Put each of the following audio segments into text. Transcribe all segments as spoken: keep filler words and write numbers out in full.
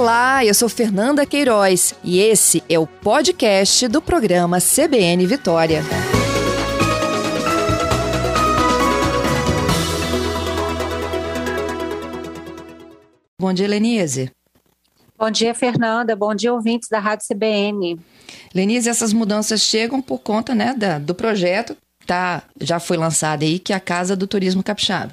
Olá, eu sou Fernanda Queiroz e esse é o podcast do programa C B N Vitória. Bom dia, Lenise. Bom dia, Fernanda. Bom dia, ouvintes da Rádio C B N. Lenise, essas mudanças chegam por conta, né, da, do projeto que tá, já foi lançado aí, que é a Casa do Turismo Capixaba.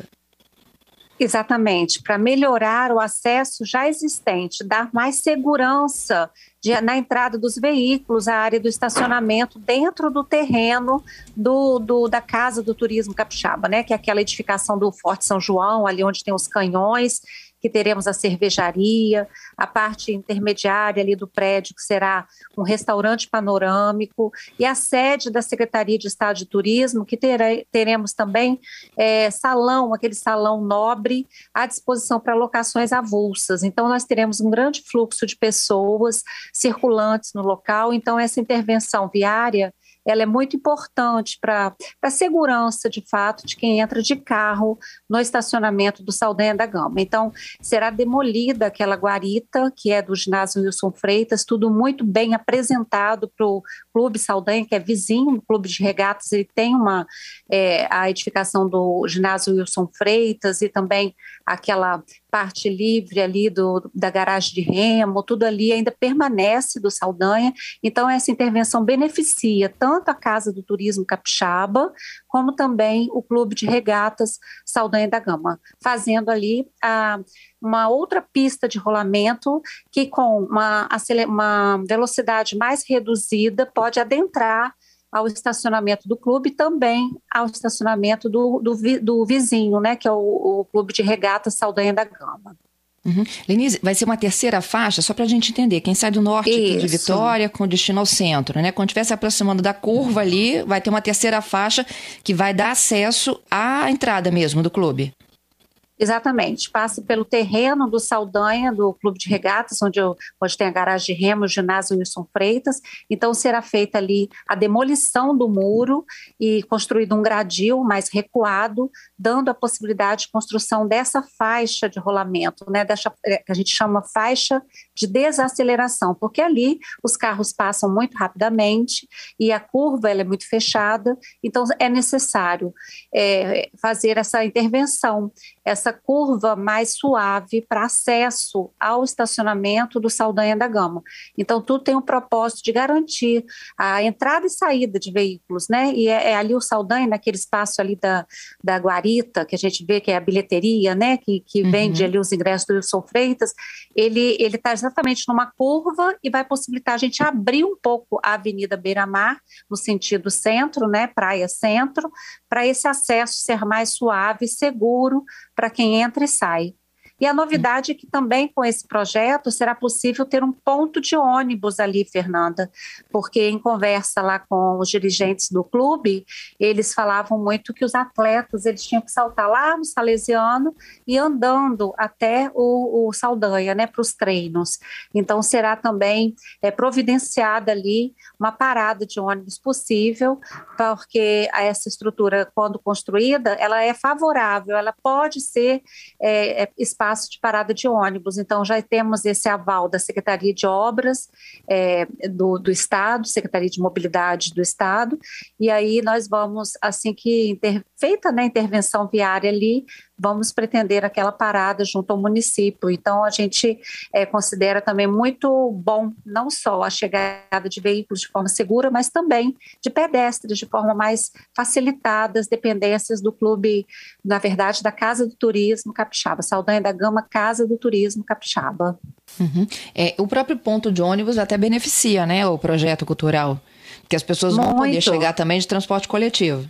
Exatamente, para melhorar o acesso já existente, dar mais segurança de, na entrada dos veículos, à área do estacionamento dentro do terreno do, do, da Casa do Turismo Capixaba, né? Que é aquela edificação do Forte São João, ali onde tem os canhões, que teremos a cervejaria, a parte intermediária ali do prédio, que será um restaurante panorâmico, e a sede da Secretaria de Estado de Turismo, que terei, teremos também é, salão, aquele salão nobre, à disposição para locações avulsas. Então, nós teremos um grande fluxo de pessoas circulantes no local, então essa intervenção viária, ela é muito importante para a segurança, de fato, de quem entra de carro no estacionamento do Saldanha da Gama. Então, será demolida aquela guarita, que é do ginásio Wilson Freitas, tudo muito bem apresentado para o Clube Saldanha, que é vizinho do Clube de Regatas. Ele tem uma, é, a edificação do ginásio Wilson Freitas e também aquela parte livre ali do, da garagem de remo, tudo ali ainda permanece do Saldanha. Então, essa intervenção beneficia tanto a Casa do Turismo Capixaba, como também o Clube de Regatas Saldanha da Gama, fazendo ali a, uma outra pista de rolamento que, com uma, uma velocidade mais reduzida, pode adentrar ao estacionamento do clube e também ao estacionamento do, do, do vizinho, né, que é o, o Clube de Regatas Saldanha da Gama. Uhum. Lenise, vai ser uma terceira faixa, só para a gente entender, quem sai do norte aqui de Vitória com destino ao centro, né? Quando estiver se aproximando da curva ali, vai ter uma terceira faixa que vai dar acesso à entrada mesmo do clube. Exatamente, passa pelo terreno do Saldanha, do Clube de Regatas, onde, eu, onde tem a garagem de remo, o ginásio Wilson Freitas. Então será feita ali a demolição do muro e construído um gradil mais recuado, dando a possibilidade de construção dessa faixa de rolamento, né, dessa, que a gente chama faixa de desaceleração, porque ali os carros passam muito rapidamente e a curva ela é muito fechada, então é necessário é, fazer essa intervenção, essa curva mais suave para acesso ao estacionamento do Saldanha da Gama. Então, tudo tem o propósito de garantir a entrada e saída de veículos, né? E é, é ali o Saldanha, naquele espaço ali da, da guarita, que a gente vê que é a bilheteria, né? Que, que uhum. vende ali os ingressos do Wilson Freitas, ele ele está exatamente numa curva e vai possibilitar a gente abrir um pouco a Avenida Beira-Mar, no sentido centro, né? Praia Centro, para esse acesso ser mais suave e seguro para quem entra e sai. E a novidade é que também com esse projeto será possível ter um ponto de ônibus ali, Fernanda, porque em conversa lá com os dirigentes do clube, eles falavam muito que os atletas eles tinham que saltar lá no Salesiano e andando até o, o Saldanha, né, para os treinos. Então será também é, providenciada ali uma parada de ônibus possível, porque essa estrutura, quando construída, ela é favorável, ela pode ser é, é, espaço de parada de ônibus. Então já temos esse aval da Secretaria de Obras é, do, do Estado, Secretaria de Mobilidade do Estado, e aí nós vamos, assim que inter, feita né, a intervenção viária ali, vamos pretender aquela parada junto ao município. Então, a gente é, considera também muito bom, não só a chegada de veículos de forma segura, mas também de pedestres de forma mais facilitada, as dependências do clube, na verdade, da Casa do Turismo Capixaba, Saldanha da Gama, Casa do Turismo Capixaba. Uhum. É, o próprio ponto de ônibus até beneficia, né, o projeto cultural, porque as pessoas vão muito. poder chegar também de transporte coletivo.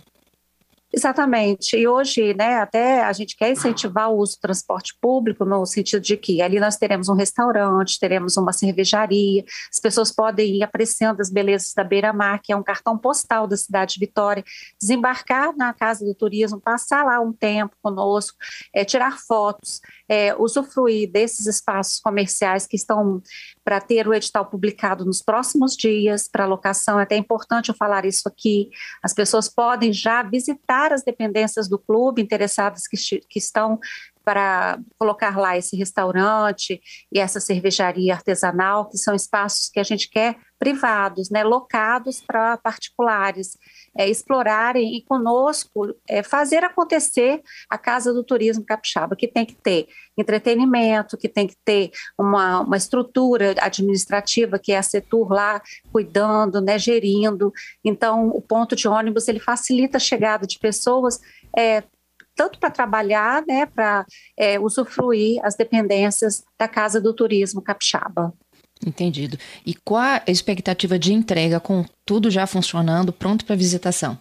Exatamente, e hoje, né, até a gente quer incentivar o uso do transporte público no sentido de que ali nós teremos um restaurante, teremos uma cervejaria, as pessoas podem ir apreciando as belezas da Beira-Mar, que é um cartão postal da cidade de Vitória, desembarcar na Casa do Turismo, passar lá um tempo conosco, é, tirar fotos, é, usufruir desses espaços comerciais que estão para ter o edital publicado nos próximos dias para locação. É até importante eu falar isso aqui, as pessoas podem já visitar as dependências do clube, interessadas que, que estão para colocar lá esse restaurante e essa cervejaria artesanal, que são espaços que a gente quer privados, né, locados para particulares, é, explorarem e conosco é, fazer acontecer a Casa do Turismo Capixaba, que tem que ter entretenimento, que tem que ter uma, uma estrutura administrativa, que é a Setur lá cuidando, né, gerindo. Então, o ponto de ônibus ele facilita a chegada de pessoas, é, tanto para trabalhar, né, para é, usufruir as dependências da Casa do Turismo Capixaba. Entendido. E qual a expectativa de entrega com tudo já funcionando, pronto para visitação?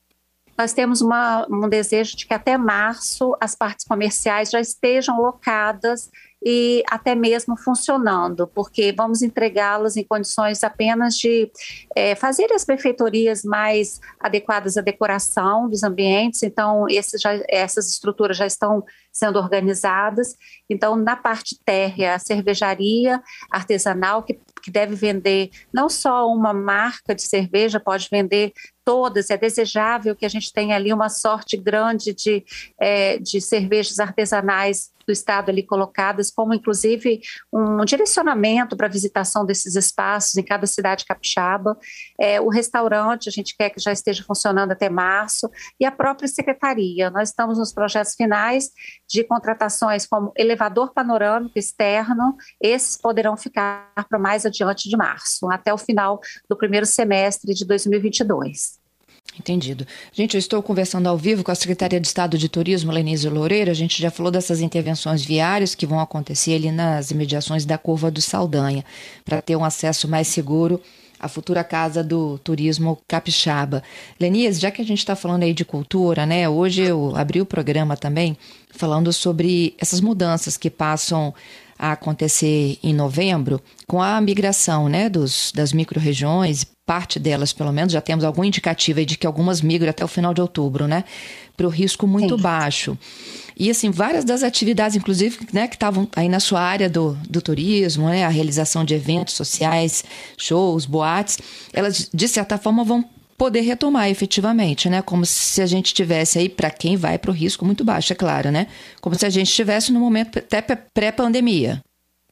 Nós temos uma, um desejo de que até março as partes comerciais já estejam locadas e até mesmo funcionando, porque vamos entregá-las em condições apenas de é, fazer as benfeitorias mais adequadas à decoração dos ambientes. Então, esses já, essas estruturas já estão sendo organizadas. Então, na parte térrea, a cervejaria artesanal, que, que deve vender não só uma marca de cerveja, pode vender todas. É desejável que a gente tenha ali uma sorte grande de, é, de cervejas artesanais do estado ali colocadas, como inclusive um direcionamento para a visitação desses espaços em cada cidade capixaba. É, o restaurante a gente quer que já esteja funcionando até março, e a própria secretaria. Nós estamos nos projetos finais de contratações como elevador panorâmico externo, esses poderão ficar para mais adiante de março, até o final do primeiro semestre de dois mil e vinte e dois. Entendido. Gente, eu estou conversando ao vivo com a Secretaria de Estado de Turismo, Lenise Loureiro. A gente já falou dessas intervenções viárias que vão acontecer ali nas imediações da Curva do Saldanha, para ter um acesso mais seguro à futura Casa do Turismo Capixaba. Lenise, já que a gente está falando aí de cultura, né? Hoje eu abri o programa também falando sobre essas mudanças que passam a acontecer em novembro com a migração, né, dos, das micro-regiões, parte delas pelo menos, já temos algum indicativo aí de que algumas migram até o final de outubro, né, para o risco muito Sim. baixo. E assim, várias das atividades, inclusive, né, que estavam aí na sua área do, do turismo, né, a realização de eventos sociais, shows, boates, elas de certa forma vão poder retomar efetivamente, né? Como se a gente tivesse aí, para quem vai para o risco muito baixo, é claro, né? Como se a gente estivesse no momento até pré-pandemia.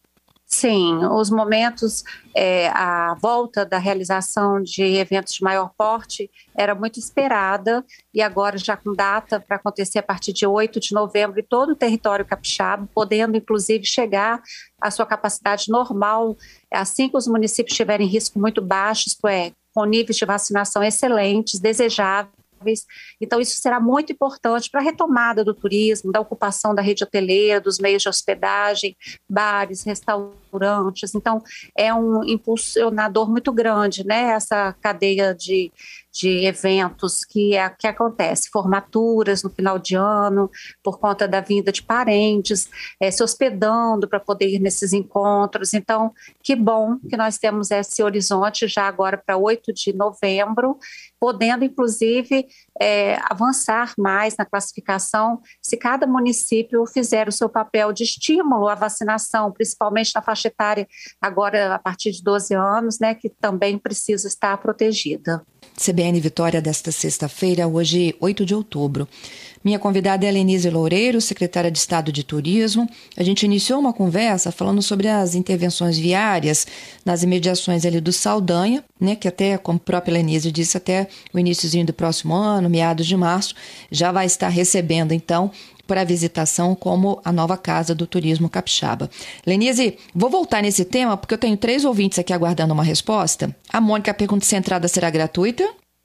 Sim, os momentos, é, a volta da realização de eventos de maior porte era muito esperada, e agora já com data para acontecer a partir de oito de novembro em todo o território capixaba, podendo inclusive chegar à sua capacidade normal assim que os municípios tiverem risco muito baixo, isto é, com níveis de vacinação excelentes, desejáveis. Então, isso será muito importante para a retomada do turismo, da ocupação da rede hoteleira, dos meios de hospedagem, bares, restaurantes. Então, é um impulsionador muito grande, né? Essa cadeia de, de eventos que, é, que acontece, formaturas no final de ano, por conta da vinda de parentes, é, se hospedando para poder ir nesses encontros. Então, que bom que nós temos esse horizonte já agora para oito de novembro, podendo, inclusive, é, avançar mais na classificação se cada município fizer o seu papel de estímulo à vacinação, principalmente na faixa etária agora a partir de doze anos, né, que também precisa estar protegida. C B N Vitória desta sexta-feira, hoje oito de outubro. Minha convidada é a Lenise Loureiro, secretária de Estado de Turismo. A gente iniciou uma conversa falando sobre as intervenções viárias nas imediações ali do Saldanha, né, que até, como a própria Lenise disse, até o iniciozinho do próximo ano, meados de março, já vai estar recebendo, então, para visitação como a nova Casa do Turismo Capixaba. Lenise, vou voltar nesse tema porque eu tenho três ouvintes aqui aguardando uma resposta. A Mônica pergunta se a entrada será gratuita.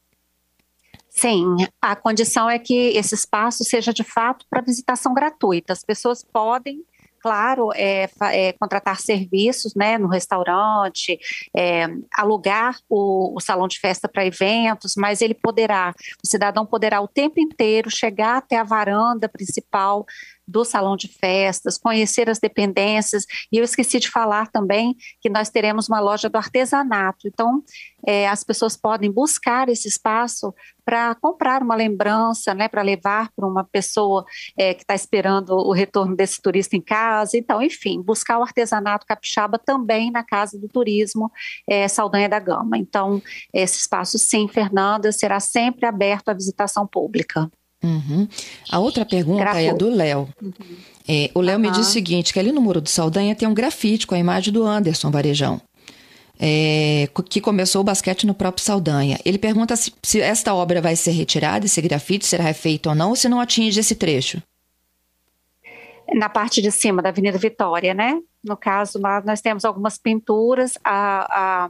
Sim, a condição é que esse espaço seja de fato para visitação gratuita. As pessoas podem, claro, é, é, contratar serviços, né, no restaurante, é, alugar o, o salão de festa para eventos, mas ele poderá, o cidadão poderá o tempo inteiro chegar até a varanda principal do salão de festas, conhecer as dependências. E eu esqueci de falar também que nós teremos uma loja do artesanato. Então, é, as pessoas podem buscar esse espaço para comprar uma lembrança, né, para levar para uma pessoa é, que está esperando o retorno desse turista em casa. Então, enfim, buscar o artesanato capixaba também na Casa do Turismo é, Saldanha da Gama. Então, esse espaço, sim, Fernanda, será sempre aberto à visitação pública. Uhum. A outra pergunta Grafou. é do Léo. Uhum. É, o Léo uhum. me diz o seguinte, que ali no Muro do Saldanha tem um grafite com a imagem do Anderson Varejão, é, que começou o basquete no próprio Saldanha. Ele pergunta se, se esta obra vai ser retirada, esse grafite será refeito ou não, ou se não atinge esse trecho. Na parte de cima da Avenida Vitória, né? No caso, nós temos algumas pinturas, a... a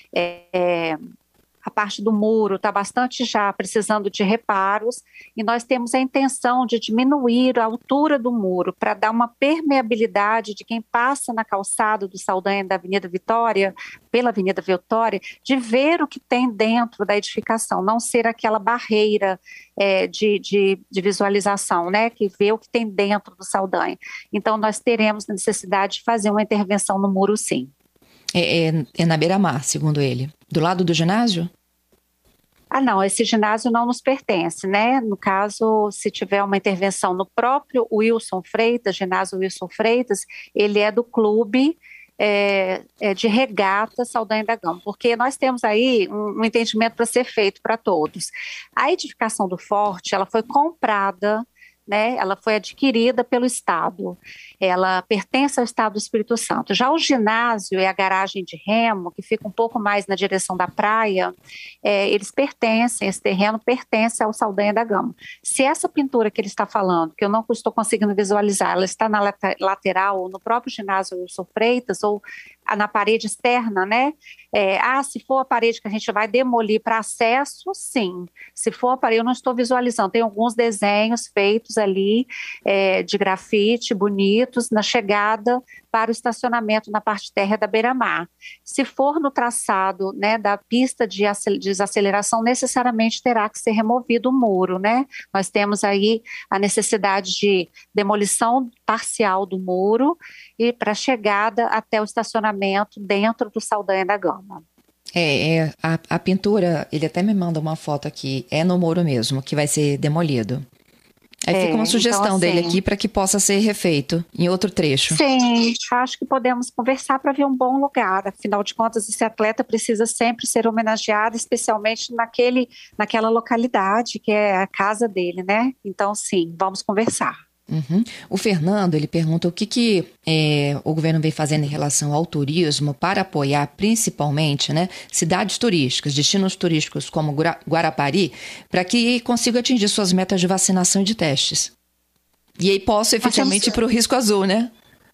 é, A parte do muro está bastante já precisando de reparos e nós temos a intenção de diminuir a altura do muro para dar uma permeabilidade de quem passa na calçada do Saldanha da Avenida Vitória, pela Avenida Vitória, de ver o que tem dentro da edificação, não ser aquela barreira é, de, de, de visualização, né, que vê o que tem dentro do Saldanha. Então nós teremos necessidade de fazer uma intervenção no muro, sim. É, é, é na beira-mar, segundo ele. Do lado do ginásio? Ah, não, esse ginásio não nos pertence, né? No caso, se tiver uma intervenção no próprio Wilson Freitas, ginásio Wilson Freitas, ele é do clube é, é de regata Saldanha da Gama, porque nós temos aí um, um entendimento para ser feito para todos. A edificação do Forte, ela foi comprada, né, ela foi adquirida pelo Estado, ela pertence ao Estado do Espírito Santo. Já o ginásio e a garagem de remo, que fica um pouco mais na direção da praia, é, eles pertencem, esse terreno pertence ao Saldanha da Gama. Se essa pintura que ele está falando, que eu não estou conseguindo visualizar, ela está na lateral, ou no próprio ginásio Wilson Freitas, ou na parede externa, né? É, ah, se for a parede que a gente vai demolir para acesso, sim. Se for a parede, eu não estou visualizando. Tem alguns desenhos feitos ali é, de grafite bonitos na chegada para o estacionamento na parte térrea da beira-mar. Se for no traçado, né, da pista de desaceleração, necessariamente terá que ser removido o muro, né? Nós temos aí a necessidade de demolição parcial do muro e para chegada até o estacionamento dentro do Saldanha da Gama. É, é a, a pintura, ele até me manda uma foto aqui, é no muro mesmo, que vai ser demolido. Aí é, fica uma sugestão então, assim, dele aqui para que possa ser refeito em outro trecho. Sim, acho que podemos conversar para ver um bom lugar. Afinal de contas, esse atleta precisa sempre ser homenageado, especialmente naquele, naquela localidade que é a casa dele, né? Então, sim, vamos conversar. Uhum. O Fernando, ele pergunta o que, que é, o governo vem fazendo em relação ao turismo para apoiar principalmente, né, cidades turísticas, destinos turísticos como Gura- Guarapari, para que consiga atingir suas metas de vacinação e de testes. E aí possa efetivamente ir para o risco azul, né?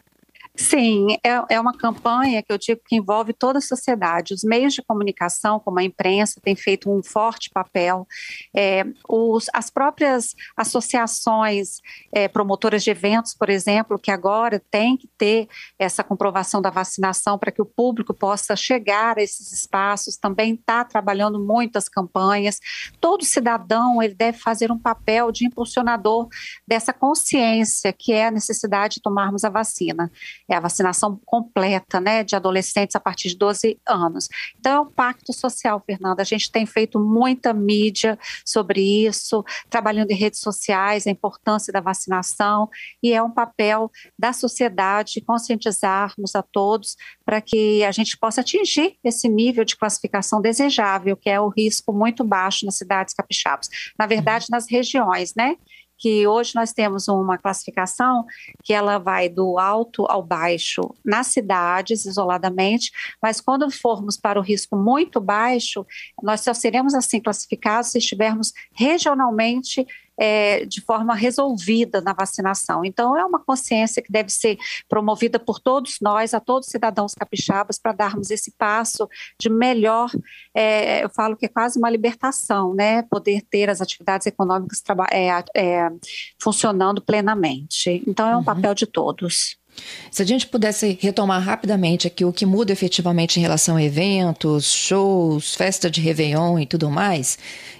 Sim, é, é uma campanha que eu digo que envolve toda a sociedade. Os meios de comunicação, como a imprensa, têm feito um forte papel. É, os, as próprias associações é, promotoras de eventos, por exemplo, que agora têm que ter essa comprovação da vacinação para que o público possa chegar a esses espaços, também está trabalhando muitas campanhas. Todo cidadão ele deve fazer um papel de impulsionador dessa consciência que é a necessidade de tomarmos a vacina. É a vacinação completa, né, de adolescentes a partir de doze anos. Então é um pacto social, Fernanda. A gente tem feito muita mídia sobre isso, trabalhando em redes sociais, a importância da vacinação, e é um papel da sociedade conscientizarmos a todos para que a gente possa atingir esse nível de classificação desejável, que é o risco muito baixo nas cidades capixabas. Na verdade, nas regiões, né? Que hoje nós temos uma classificação que ela vai do alto ao baixo nas cidades, isoladamente, mas quando formos para o risco muito baixo, nós só seremos assim classificados se estivermos regionalmente é, de forma resolvida na vacinação. Então, é uma consciência que deve ser promovida por todos nós, a todos os cidadãos capixabas, para darmos esse passo de melhor, é, eu falo que é quase uma libertação, né? Poder ter as atividades econômicas é, é, funcionando plenamente. Então, é um uhum. papel de todos. Se a gente pudesse retomar rapidamente aqui o que muda efetivamente em relação a eventos, shows, festa de Réveillon e tudo mais,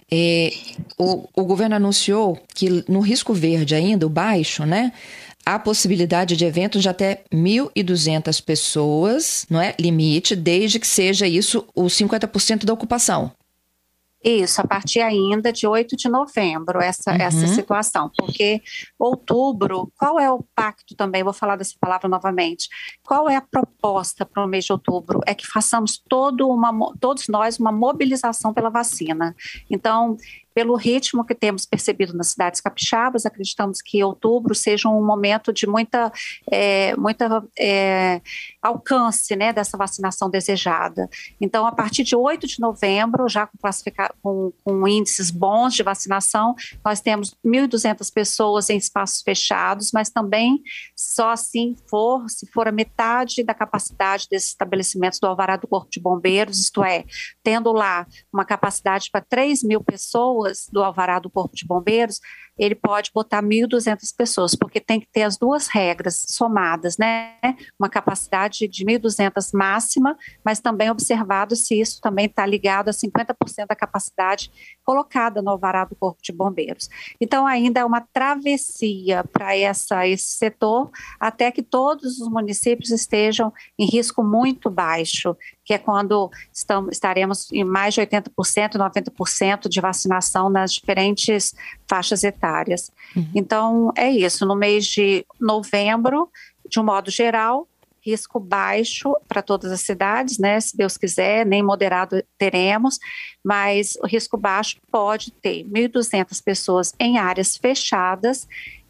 é, o, o governo anunciou que no risco verde ainda, o baixo, né, há possibilidade de eventos de até mil e duzentas pessoas, não é, limite, desde que seja isso os cinquenta por cento da ocupação. Isso, a partir ainda de oito de novembro, essa, uhum. essa situação, porque outubro, qual é o pacto também, vou falar dessa palavra novamente, qual é a proposta para o mês de outubro? É que façamos todo uma, todos nós uma mobilização pela vacina. Então, pelo ritmo que temos percebido nas cidades capixabas, acreditamos que outubro seja um momento de muita, é, muita é, alcance, né, dessa vacinação desejada. Então, a partir de oito de novembro, já com, com, com índices bons de vacinação, nós temos mil e duzentas pessoas em espaços fechados, mas também só assim for, se for a metade da capacidade desses estabelecimentos do alvará do Corpo de Bombeiros, isto é, tendo lá uma capacidade para três mil pessoas do alvará do Corpo de Bombeiros, ele pode botar mil e duzentas pessoas, porque tem que ter as duas regras somadas, né? Uma capacidade de mil e duzentas máxima, mas também observado se isso também está ligado a cinquenta por cento da capacidade colocada no alvará do Corpo de Bombeiros. Então, ainda é uma travessia para essa, esse setor, até que todos os municípios estejam em risco muito baixo, que é quando estamos, estaremos em mais de oitenta por cento, noventa por cento de vacinação nas diferentes faixas etárias. Uhum. Então, é isso. No mês de novembro, de um modo geral, risco baixo para todas as cidades, né? Se Deus quiser, nem moderado teremos, mas o risco baixo pode ter mil e duzentas pessoas em áreas fechadas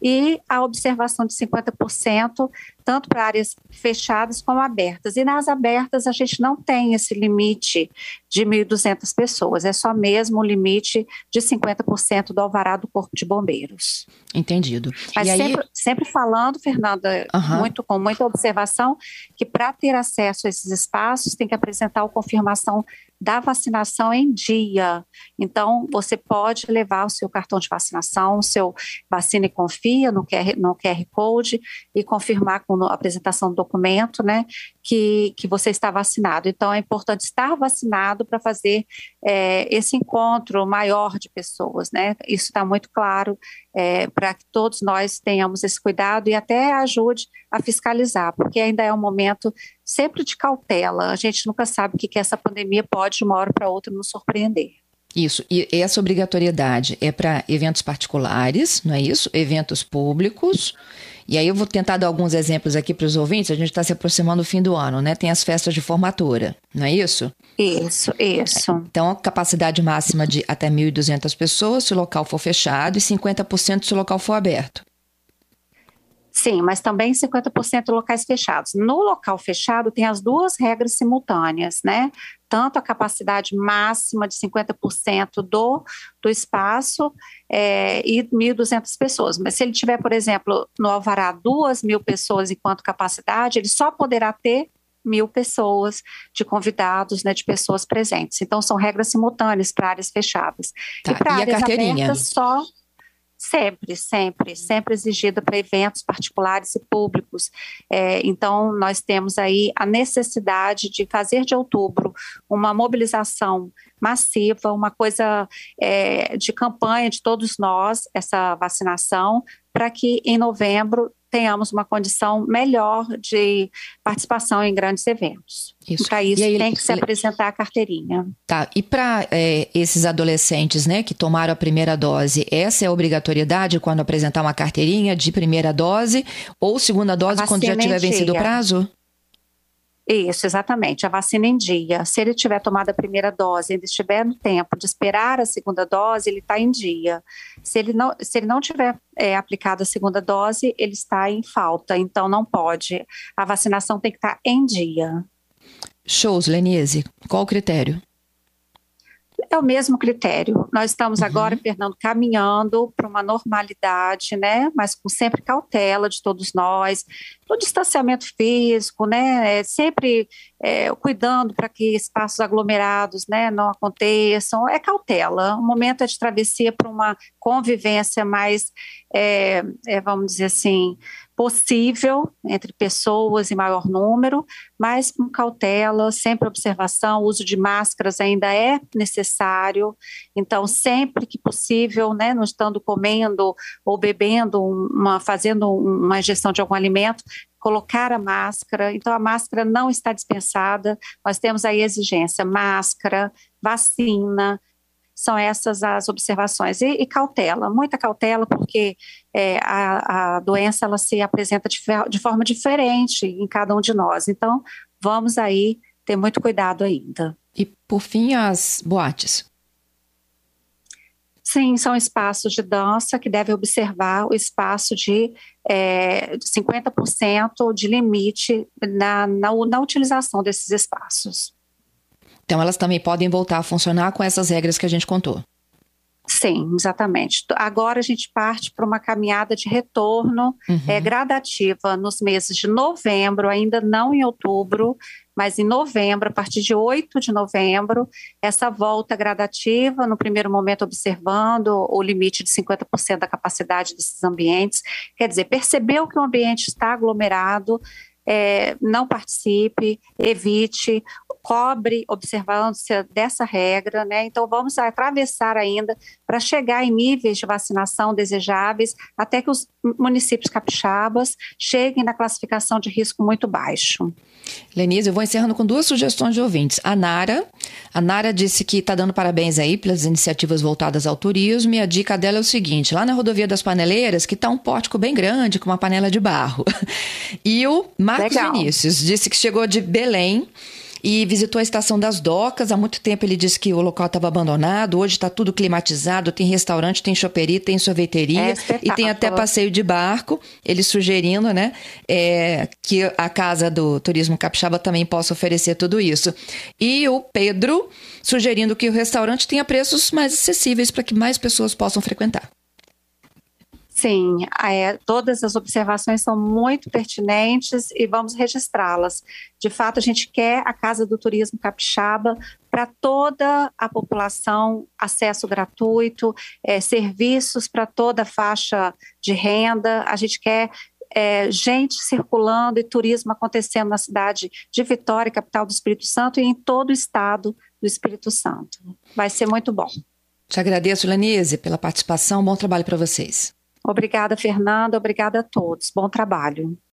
e a observação de cinquenta por cento tanto para áreas fechadas como abertas. E nas abertas a gente não tem esse limite de mil e duzentas pessoas, é só mesmo o limite de cinquenta por cento do alvará do Corpo de Bombeiros. Entendido. Mas e sempre, aí... sempre falando, Fernanda, uhum. muito, com muita observação, que para ter acesso a esses espaços tem que apresentar a confirmação da vacinação em dia. Então, você pode levar o seu cartão de vacinação, o seu Vacina e Confia no Q R, no Q R Code e confirmar com a apresentação do documento, né, que, que você está vacinado. Então, é importante estar vacinado para fazer é, esse encontro maior de pessoas, né? Isso está muito claro é, para que todos nós tenhamos esse cuidado e até ajude a fiscalizar, porque ainda é um momento sempre de cautela. A gente nunca sabe o que, que essa pandemia pode, de uma hora para outra, nos surpreender. Isso, e essa obrigatoriedade é para eventos particulares, não é isso? Eventos públicos. E aí eu vou tentar dar alguns exemplos aqui para os ouvintes, a gente está se aproximando do fim do ano, né? Tem as festas de formatura, não é isso? Isso, isso. Então, capacidade máxima de até mil e duzentas pessoas se o local for fechado e cinquenta por cento se o local for aberto. Sim, mas também cinquenta por cento locais fechados. No local fechado tem as duas regras simultâneas, né? Tanto a capacidade máxima de cinquenta por cento do, do espaço é, e mil e duzentas pessoas. Mas se ele tiver, por exemplo, no alvará duas mil pessoas enquanto capacidade, ele só poderá ter mil pessoas de convidados, né, de pessoas presentes. Então, são regras simultâneas para áreas fechadas. Tá, e para áreas a carteirinha? abertas, só... Sempre, sempre, sempre exigida para eventos particulares e públicos. É, então, nós temos aí a necessidade de fazer de outubro uma mobilização massiva, uma coisa é, de campanha de todos nós, essa vacinação, para que em novembro tenhamos uma condição melhor de participação em grandes eventos. Isso. Para isso aí, tem que se apresentar a carteirinha. Tá, e para é, esses adolescentes, né, que tomaram a primeira dose, essa é a obrigatoriedade quando apresentar uma carteirinha de primeira dose ou segunda dose quando já tiver vencido o prazo? Isso, exatamente, a vacina em dia. Se ele tiver tomado a primeira dose e ele estiver no tempo de esperar a segunda dose, ele está em dia. Se ele não, se ele não tiver é, aplicado a segunda dose, ele está em falta, então não pode. A vacinação tem que estar em dia. Shows, Lenise, qual o critério? É o mesmo critério. Nós estamos uhum. agora, Fernando, caminhando para uma normalidade, né? Mas com sempre cautela de todos nós, do distanciamento físico, né? É, sempre é, cuidando para que espaços aglomerados, né, não aconteçam. É cautela. O momento é de travessia para uma convivência mais, é, é, vamos dizer assim, possível entre pessoas em maior número, mas com cautela, sempre observação, o uso de máscaras ainda é necessário, então sempre que possível, né, não estando comendo ou bebendo, uma, fazendo uma ingestão de algum alimento, colocar a máscara. Então a máscara não está dispensada, nós temos aí exigência, máscara, vacina. São essas as observações. E, e cautela, muita cautela, porque é, a, a doença ela se apresenta de, de forma diferente em cada um de nós. Então, vamos aí ter muito cuidado ainda. E, por fim, as boates? Sim, são espaços de dança que devem observar o espaço de é, cinquenta por cento de limite na, na, na utilização desses espaços. Então, elas também podem voltar a funcionar com essas regras que a gente contou. Sim, exatamente. Agora a gente parte para uma caminhada de retorno uhum. é, gradativa nos meses de novembro, ainda não em outubro, mas em novembro, a partir de oito de novembro, essa volta gradativa, no primeiro momento observando o limite de cinquenta por cento da capacidade desses ambientes. Quer dizer, percebeu que o ambiente está aglomerado, é, não participe, evite, cobre observância dessa regra, né? Então vamos atravessar ainda para chegar em níveis de vacinação desejáveis até que os municípios capixabas cheguem na classificação de risco muito baixo. Lenise, eu vou encerrando com duas sugestões de ouvintes. A Nara, a Nara disse que está dando parabéns aí pelas iniciativas voltadas ao turismo, e a dica dela é o seguinte: lá na rodovia das Paneleiras, que está um pórtico bem grande com uma panela de barro. E o Marcos Legal. Vinícius disse que chegou de Belém e visitou a Estação das Docas. Há muito tempo ele disse que o local estava abandonado, hoje está tudo climatizado, tem restaurante, tem choperia, tem sorveteria é e tem até passeio de barco. Ele sugerindo, né, é, que a Casa do Turismo Capixaba também possa oferecer tudo isso. E o Pedro sugerindo que o restaurante tenha preços mais acessíveis para que mais pessoas possam frequentar. Sim, é, todas as observações são muito pertinentes e vamos registrá-las. De fato, a gente quer a Casa do Turismo Capixaba para toda a população, acesso gratuito, é, serviços para toda a faixa de renda. A gente quer é, gente circulando e turismo acontecendo na cidade de Vitória, capital do Espírito Santo, e em todo o estado do Espírito Santo. Vai ser muito bom. Te agradeço, Lenise, pela participação. Bom trabalho para vocês. Obrigada, Fernanda. Obrigada a todos. Bom trabalho.